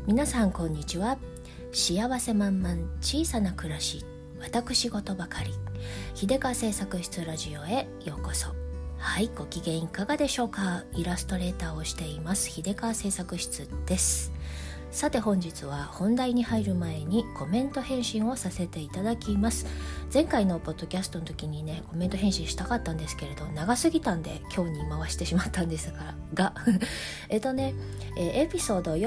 皆さんこんにちは。幸せ満々小さな暮らし、私事ばかり、秀川製作室ラジオへようこそ。はい、ご機嫌いかがでしょうか。イラストレーターをしています秀川製作室です。さて本日は本題に入る前にコメント返信をさせていただきます。前回のポッドキャストの時にねコメント返信したかったんですけれど、長すぎたんで今日に回してしまったんですがエピソード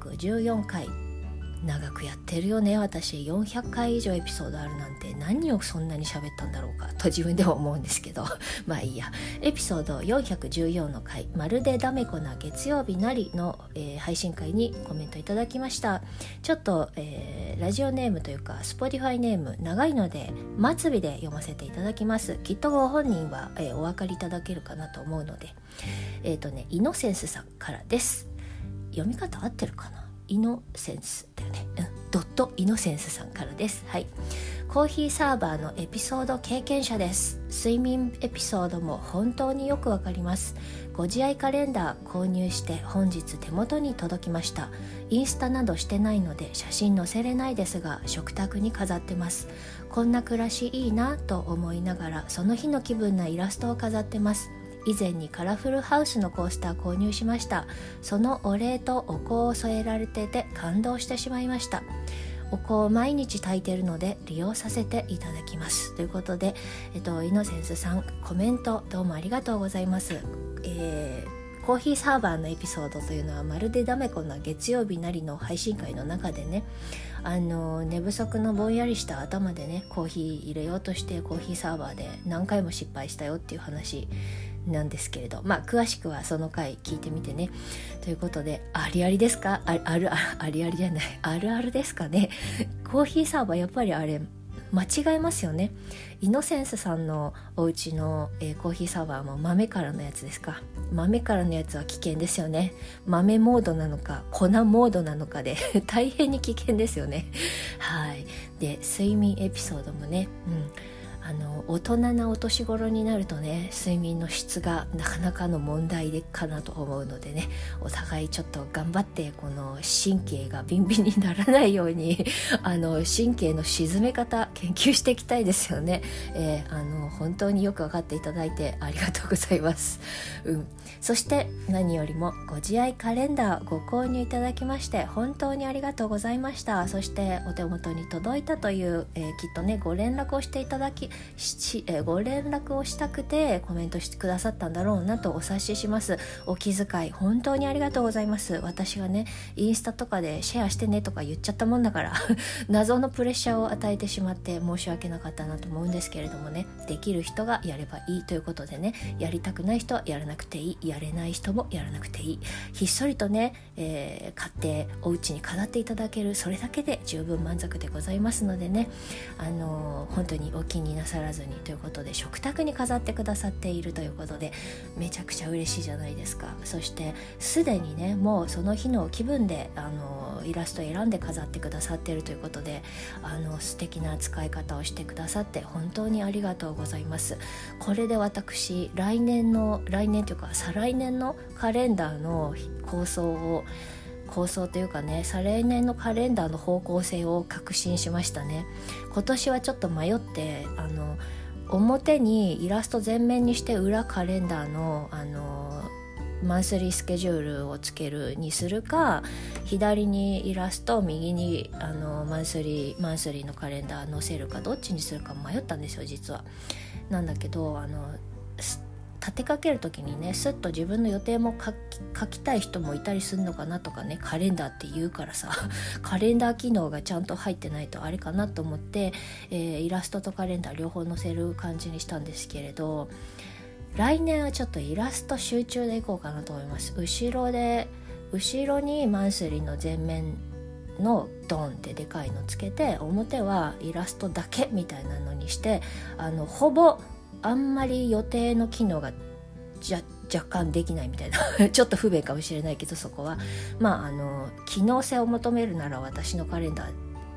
414回、長くやってるよね。私400回以上エピソードあるなんて何をそんなに喋ったんだろうかと自分では思うんですけどまあいいや。エピソード414の回、まるでダメ子な月曜日なりの、配信会にコメントいただきました。ちょっと、ラジオネームというか Spotify ネーム長いので末尾で読ませていただきます。きっとご本人は、お分かりいただけるかなと思うので、イノセンスさんからです。読み方合ってるかな、イノセンスだよね、ドットイノセンスさんからです。はい、コーヒーサーバーのエピソード経験者です。睡眠エピソードも本当によくわかります。ご自愛カレンダー購入して本日手元に届きました。インスタなどしてないので写真載せれないですが食卓に飾ってます。こんな暮らしいいなと思いながらその日の気分なイラストを飾ってます。以前にカラフルハウスのコースター購入しました。そのお礼とお香を添えられてて感動してしまいました。お香を毎日炊いているので利用させていただきます。ということで、イノセンスさんコメントどうもありがとうございます。コーヒーサーバーのエピソードというのはまるでダメ子な月曜日なりの配信会の中でね、寝不足のぼんやりした頭でねコーヒー入れようとしてコーヒーサーバーで何回も失敗したよっていう話なんですけれど、詳しくはその回聞いてみてね。ということで、ありありですか、ありありじゃない、あるあるですかね。コーヒーサーバーやっぱりあれ間違えますよね。イノセンスさんのお家の、コーヒーサーバーも豆からのやつですか。豆からのやつは危険ですよね。豆モードなのか粉モードなのかで大変に危険ですよね。はい。で睡眠エピソードもね、大人なお年頃になるとね睡眠の質がなかなかの問題かなと思うのでね、お互いちょっと頑張ってこの神経がビンビンにならないように神経の沈め方研究していきたいですよね。本当によく分かっていただいてありがとうございます。そして何よりもご自愛カレンダーご購入いただきまして本当にありがとうございました。そしてお手元に届いたという、きっとねご連絡をしていただきご連絡をしたくてコメントしてくださったんだろうなとお察しします。お気遣い本当にありがとうございます。私がねインスタとかでシェアしてねとか言っちゃったもんだから謎のプレッシャーを与えてしまって申し訳なかったなと思うんですけれどもね、できる人がやればいいということでね、やりたくない人はやらなくていい、やれない人もやらなくていい。ひっそりとね、買ってお家に飾っていただける、それだけで十分満足でございますのでね、本当にお気になさらずにということで食卓に飾ってくださっているということでめちゃくちゃ嬉しいじゃないですか。そしてすでにねもうその日の気分でイラスト選んで飾ってくださっているということで素敵な使い方をしてくださって本当にありがとうございます。これで私来年というか再来年のカレンダーの構想というかね、再来年のカレンダーの方向性を確信しましたね。今年はちょっと迷って表にイラスト全面にして裏カレンダーのマンスリースケジュールをつけるにするか、左にイラスト右にマンスリーのカレンダー載せるか、どっちにするか迷ったんですよ実は。なんだけど立てかけるときにねスッと自分の予定も書きたい人もいたりするのかなとかね、カレンダーって言うからさカレンダー機能がちゃんと入ってないとあれかなと思って、イラストとカレンダー両方載せる感じにしたんですけれど、来年はちょっとイラスト集中でいこうかなと思います。後ろにマンスリーの前面のドンってでかいのつけて、表はイラストだけみたいなのにして、ほぼあんまり予定の機能が若干できないみたいなちょっと不便かもしれないけど、そこは機能性を求めるなら私のカレンダー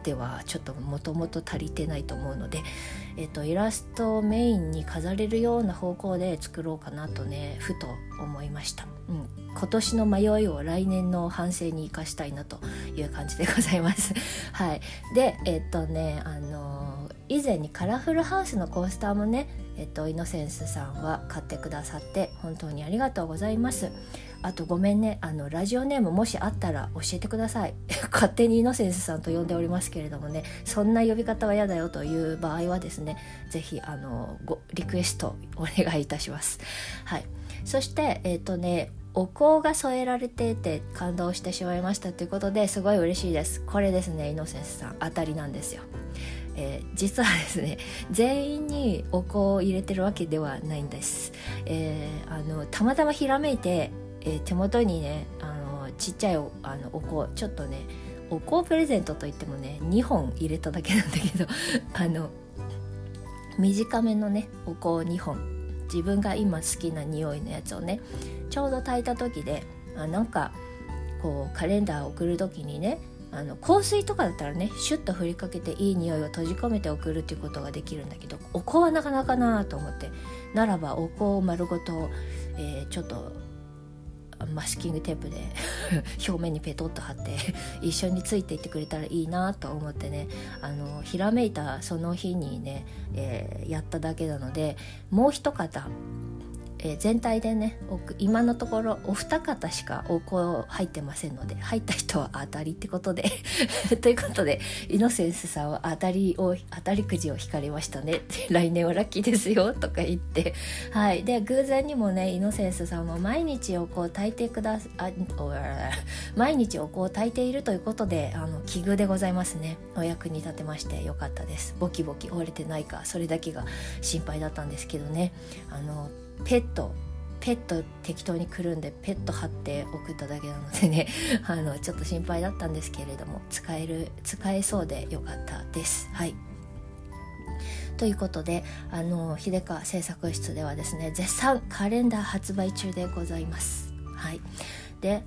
ではちょっともともと足りてないと思うので、イラストをメインに飾れるような方向で作ろうかなとねふと思いました。今年の迷いを来年の反省に生かしたいなという感じでございますはい。で以前にカラフルハウスのコースターもね、イノセンスさんは買ってくださって本当にありがとうございます。あとごめんね、ラジオネームもしあったら教えてください勝手にイノセンスさんと呼んでおりますけれどもね、そんな呼び方は嫌だよという場合はですね、ぜひリクエストお願いいたします。はい。そしてお香が添えられていて感動してしまいましたということで、すごい嬉しいです。これですね、イノセンスさん当たりなんですよ。実はですね、全員にお香を入れてるわけではないんです。たまたまひらめいて、手元にねちっちゃいお香、ちょっとねお香プレゼントといってもね2本入れただけなんだけど短めのねお香2本、自分が今好きな匂いのやつをねちょうど炊いた時で、なんかこうカレンダーを送る時にね、香水とかだったらねシュッと振りかけていい匂いを閉じ込めて送るっていうことができるんだけど、お香はなかなかなと思って、ならばお香を丸ごと、ちょっとマスキングテープで表面にペトッと貼って一緒についていってくれたらいいなと思ってね、ひらめいたその日にね、やっただけなので、もう一方全体でね今のところお二方しかお香入ってませんので、入った人は当たりってことでということでイノセンスさんは当たりくじを引かれましたねって来年はラッキーですよとか言って、はい。で偶然にもねイノセンスさんも毎日お香を炊いて毎日お香を炊いているということで奇遇でございますね。お役に立てましてよかったです。ボキボキ折れてないか、それだけが心配だったんですけどね、ペット適当にくるんでペット貼って送っただけなのでねちょっと心配だったんですけれども、使えそうでよかったです。はい。ということで秀川製作室ではですね絶賛カレンダー発売中でございます。はい。で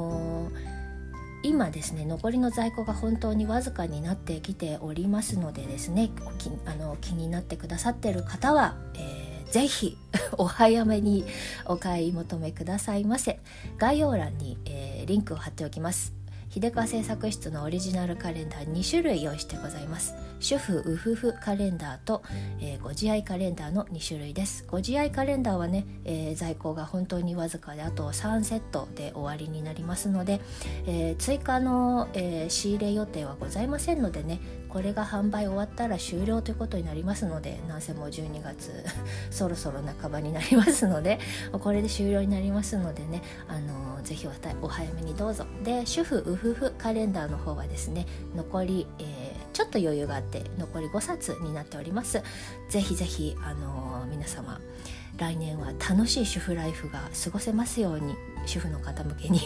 今ですね残りの在庫が本当にわずかになってきておりますのでですね、気になってくださっている方は、ぜひお早めにお買い求めくださいませ。概要欄に、リンクを貼っておきます。秀川製作室のオリジナルカレンダー2種類用意してございます。主婦うふふカレンダーと、ご自愛カレンダーの2種類です。ご自愛カレンダーはね、在庫が本当にわずかであと3セットで終わりになりますので、追加の、仕入れ予定はございませんのでね、これが販売終わったら終了ということになりますので、なんせもう12月そろそろ半ばになりますので、これで終了になりますのでね、ぜひお早めにどうぞ。で主婦うふふカレンダーの方はですね残り、ちょっと余裕があって残り5冊になっております。ぜひぜひ皆様来年は楽しい主婦ライフが過ごせますように、主婦の方向けに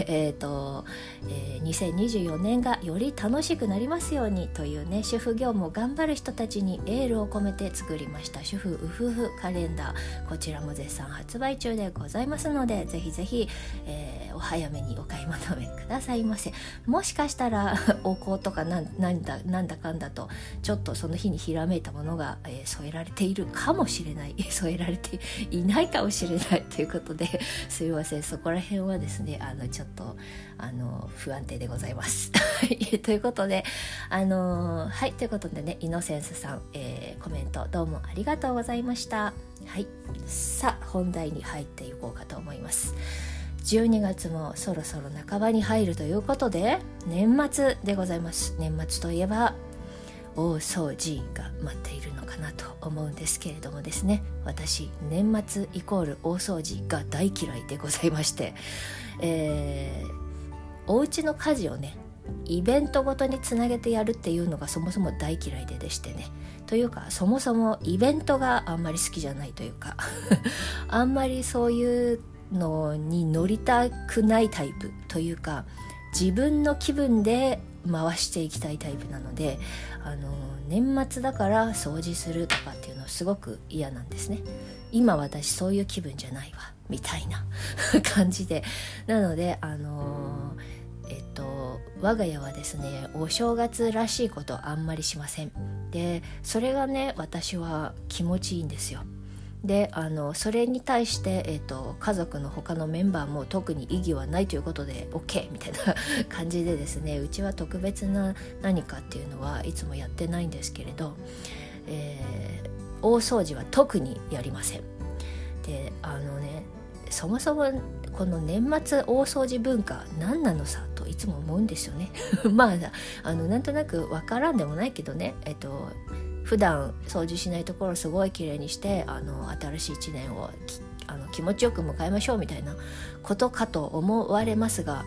2024年がより楽しくなりますようにというね、主婦業務を頑張る人たちにエールを込めて作りました主婦うふふカレンダー、こちらも絶賛発売中でございますので、ぜひぜひ、お早めにお買い求めくださいませ。もしかしたらお香とかなんだかんだとちょっとその日にひらめいたものが、添えられているかもしれない、添えられていないかもしれないということで、すいません、そこら辺はですねちょっと不安定でございますということではいということでね、イノセンスさん、コメントどうもありがとうございました。はい、さあ本題に入っていこうかと思います。12月もそろそろ半ばに入るということで年末でございます。年末といえば大掃除が待っているのかなと思うんですけれどもですね、私年末イコール大掃除が大嫌いでございまして、お家の家事をねイベントごとにつなげてやるっていうのがそもそも大嫌いでしてね、というかそもそもイベントがあんまり好きじゃないというかあんまりそういうのに乗りたくないタイプというか、自分の気分で回していきたいタイプなので、年末だから掃除するとかっていうのはすごく嫌なんですね。今私そういう気分じゃないわみたいな感じで、なので我が家はですねお正月らしいことあんまりしません。でそれがね私は気持ちいいんですよ。でそれに対して、家族の他のメンバーも特に異議はないということで OK みたいな感じでですね、うちは特別な何かっていうのはいつもやってないんですけれど、大掃除は特にやりません。でそもそもこの年末大掃除文化何なのさといつも思うんですよねまあなんとなくわからんでもないけどね、普段掃除しないところをすごいきれいにして新しい1年を気持ちよく迎えましょうみたいなことかと思われますが、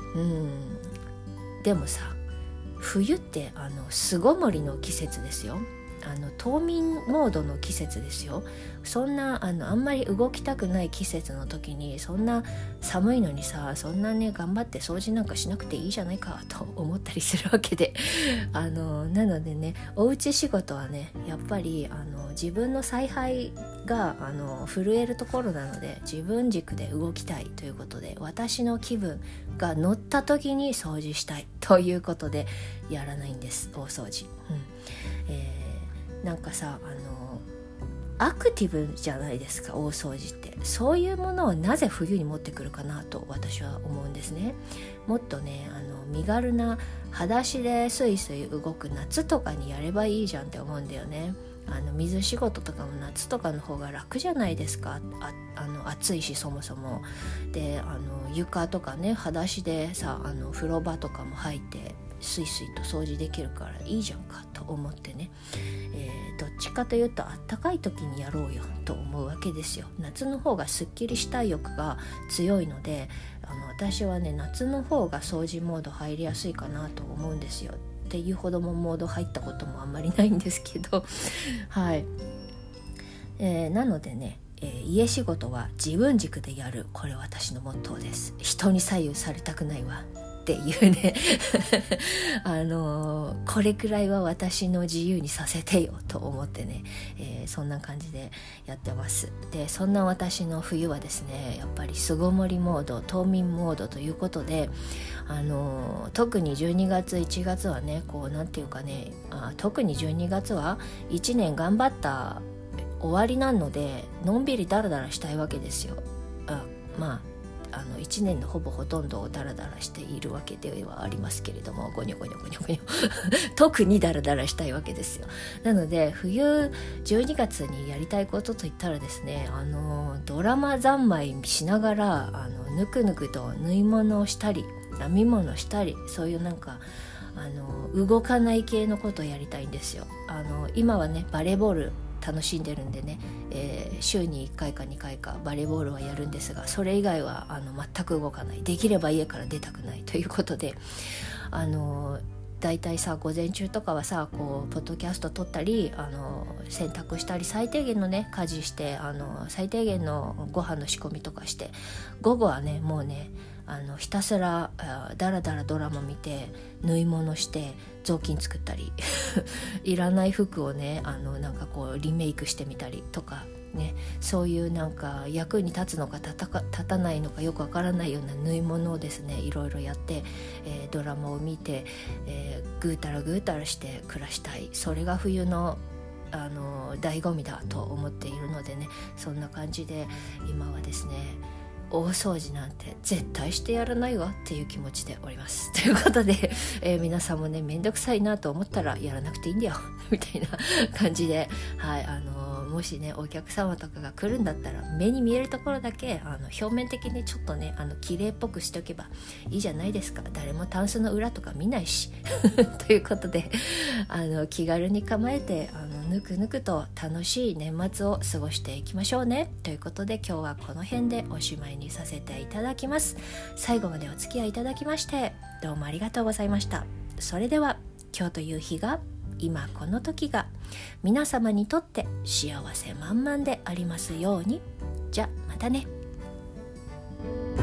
でもさ、冬って巣ごもりの季節ですよ。冬眠モードの季節ですよ。そんなあんまり動きたくない季節の時にそんな寒いのにさ、そんなね頑張って掃除なんかしなくていいじゃないかと思ったりするわけでなのでね、おうち仕事はねやっぱり自分の采配が震えるところなので、自分軸で動きたいということで、私の気分が乗った時に掃除したいということでやらないんです、大掃除。なんかさアクティブじゃないですか、大掃除って。そういうものをなぜ冬に持ってくるかなと私は思うんですね。もっとね身軽な裸足でスイスイ動く夏とかにやればいいじゃんって思うんだよね。水仕事とかも夏とかの方が楽じゃないですか。暑いしそもそもで床とかね裸足でさ風呂場とかも入ってスイスイと掃除できるからいいじゃんかと思ってね、どっちかというとあったかい時にやろうよと思うわけですよ。夏の方がすっきりしたい欲が強いので私はね夏の方が掃除モード入りやすいかなと思うんですよ。っていうほどもモード入ったこともあんまりないんですけどはい、なのでね、家仕事は自分軸でやる、これ私のモットーです。人に左右されたくないわっていうねこれくらいは私の自由にさせてよと思ってね、そんな感じでやってます。でそんな私の冬はですね、やっぱり巣ごもりモード、冬眠モードということで特に12月1月はねこうなんていうかね、特に12月は1年頑張った終わりなのでのんびりダラダラしたいわけですよ。1年のほとんどをダラダラしているわけではありますけれども、ゴニョゴニョゴニョゴニョ特にダラダラしたいわけですよ。なので冬12月にやりたいことといったらですね、ドラマ三昧しながらぬくぬくと縫い物をしたり編み物したり、そういうなんか動かない系のことをやりたいんですよ。今はねバレーボール楽しんでるんでね、週に1回か2回かバレーボールはやるんですが、それ以外は全く動かない、できれば家から出たくないということでだいたいさ午前中とかはさこうポッドキャスト撮ったり洗濯したり最低限のね家事して最低限のご飯の仕込みとかして、午後はねもうねひたすらだらだらドラマ見て縫い物して雑巾作ったりいらない服をねなんかこうリメイクしてみたりとかね、そういうなんか役に立つのか立たないのかよくわからないような縫い物をですねいろいろやって、ドラマを見て、ぐうたらぐうたらして暮らしたい、それが冬の醍醐味だと思っているのでね、そんな感じで今はですね大掃除なんて絶対してやらないわっていう気持ちでおりますということで、皆さんもねめんどくさいなと思ったらやらなくていいんだよみたいな感じで、はいもしねお客様とかが来るんだったら目に見えるところだけ表面的にちょっとね綺麗っぽくしておけばいいじゃないですか。誰もタンスの裏とか見ないしということで気軽に構えてぬくぬくと楽しい年末を過ごしていきましょうねということで、今日はこの辺でおしまいにさせていただきます。最後までお付き合いいただきましてどうもありがとうございました。それでは今日という日が、今この時が皆様にとって幸せ満々でありますように。じゃまたね。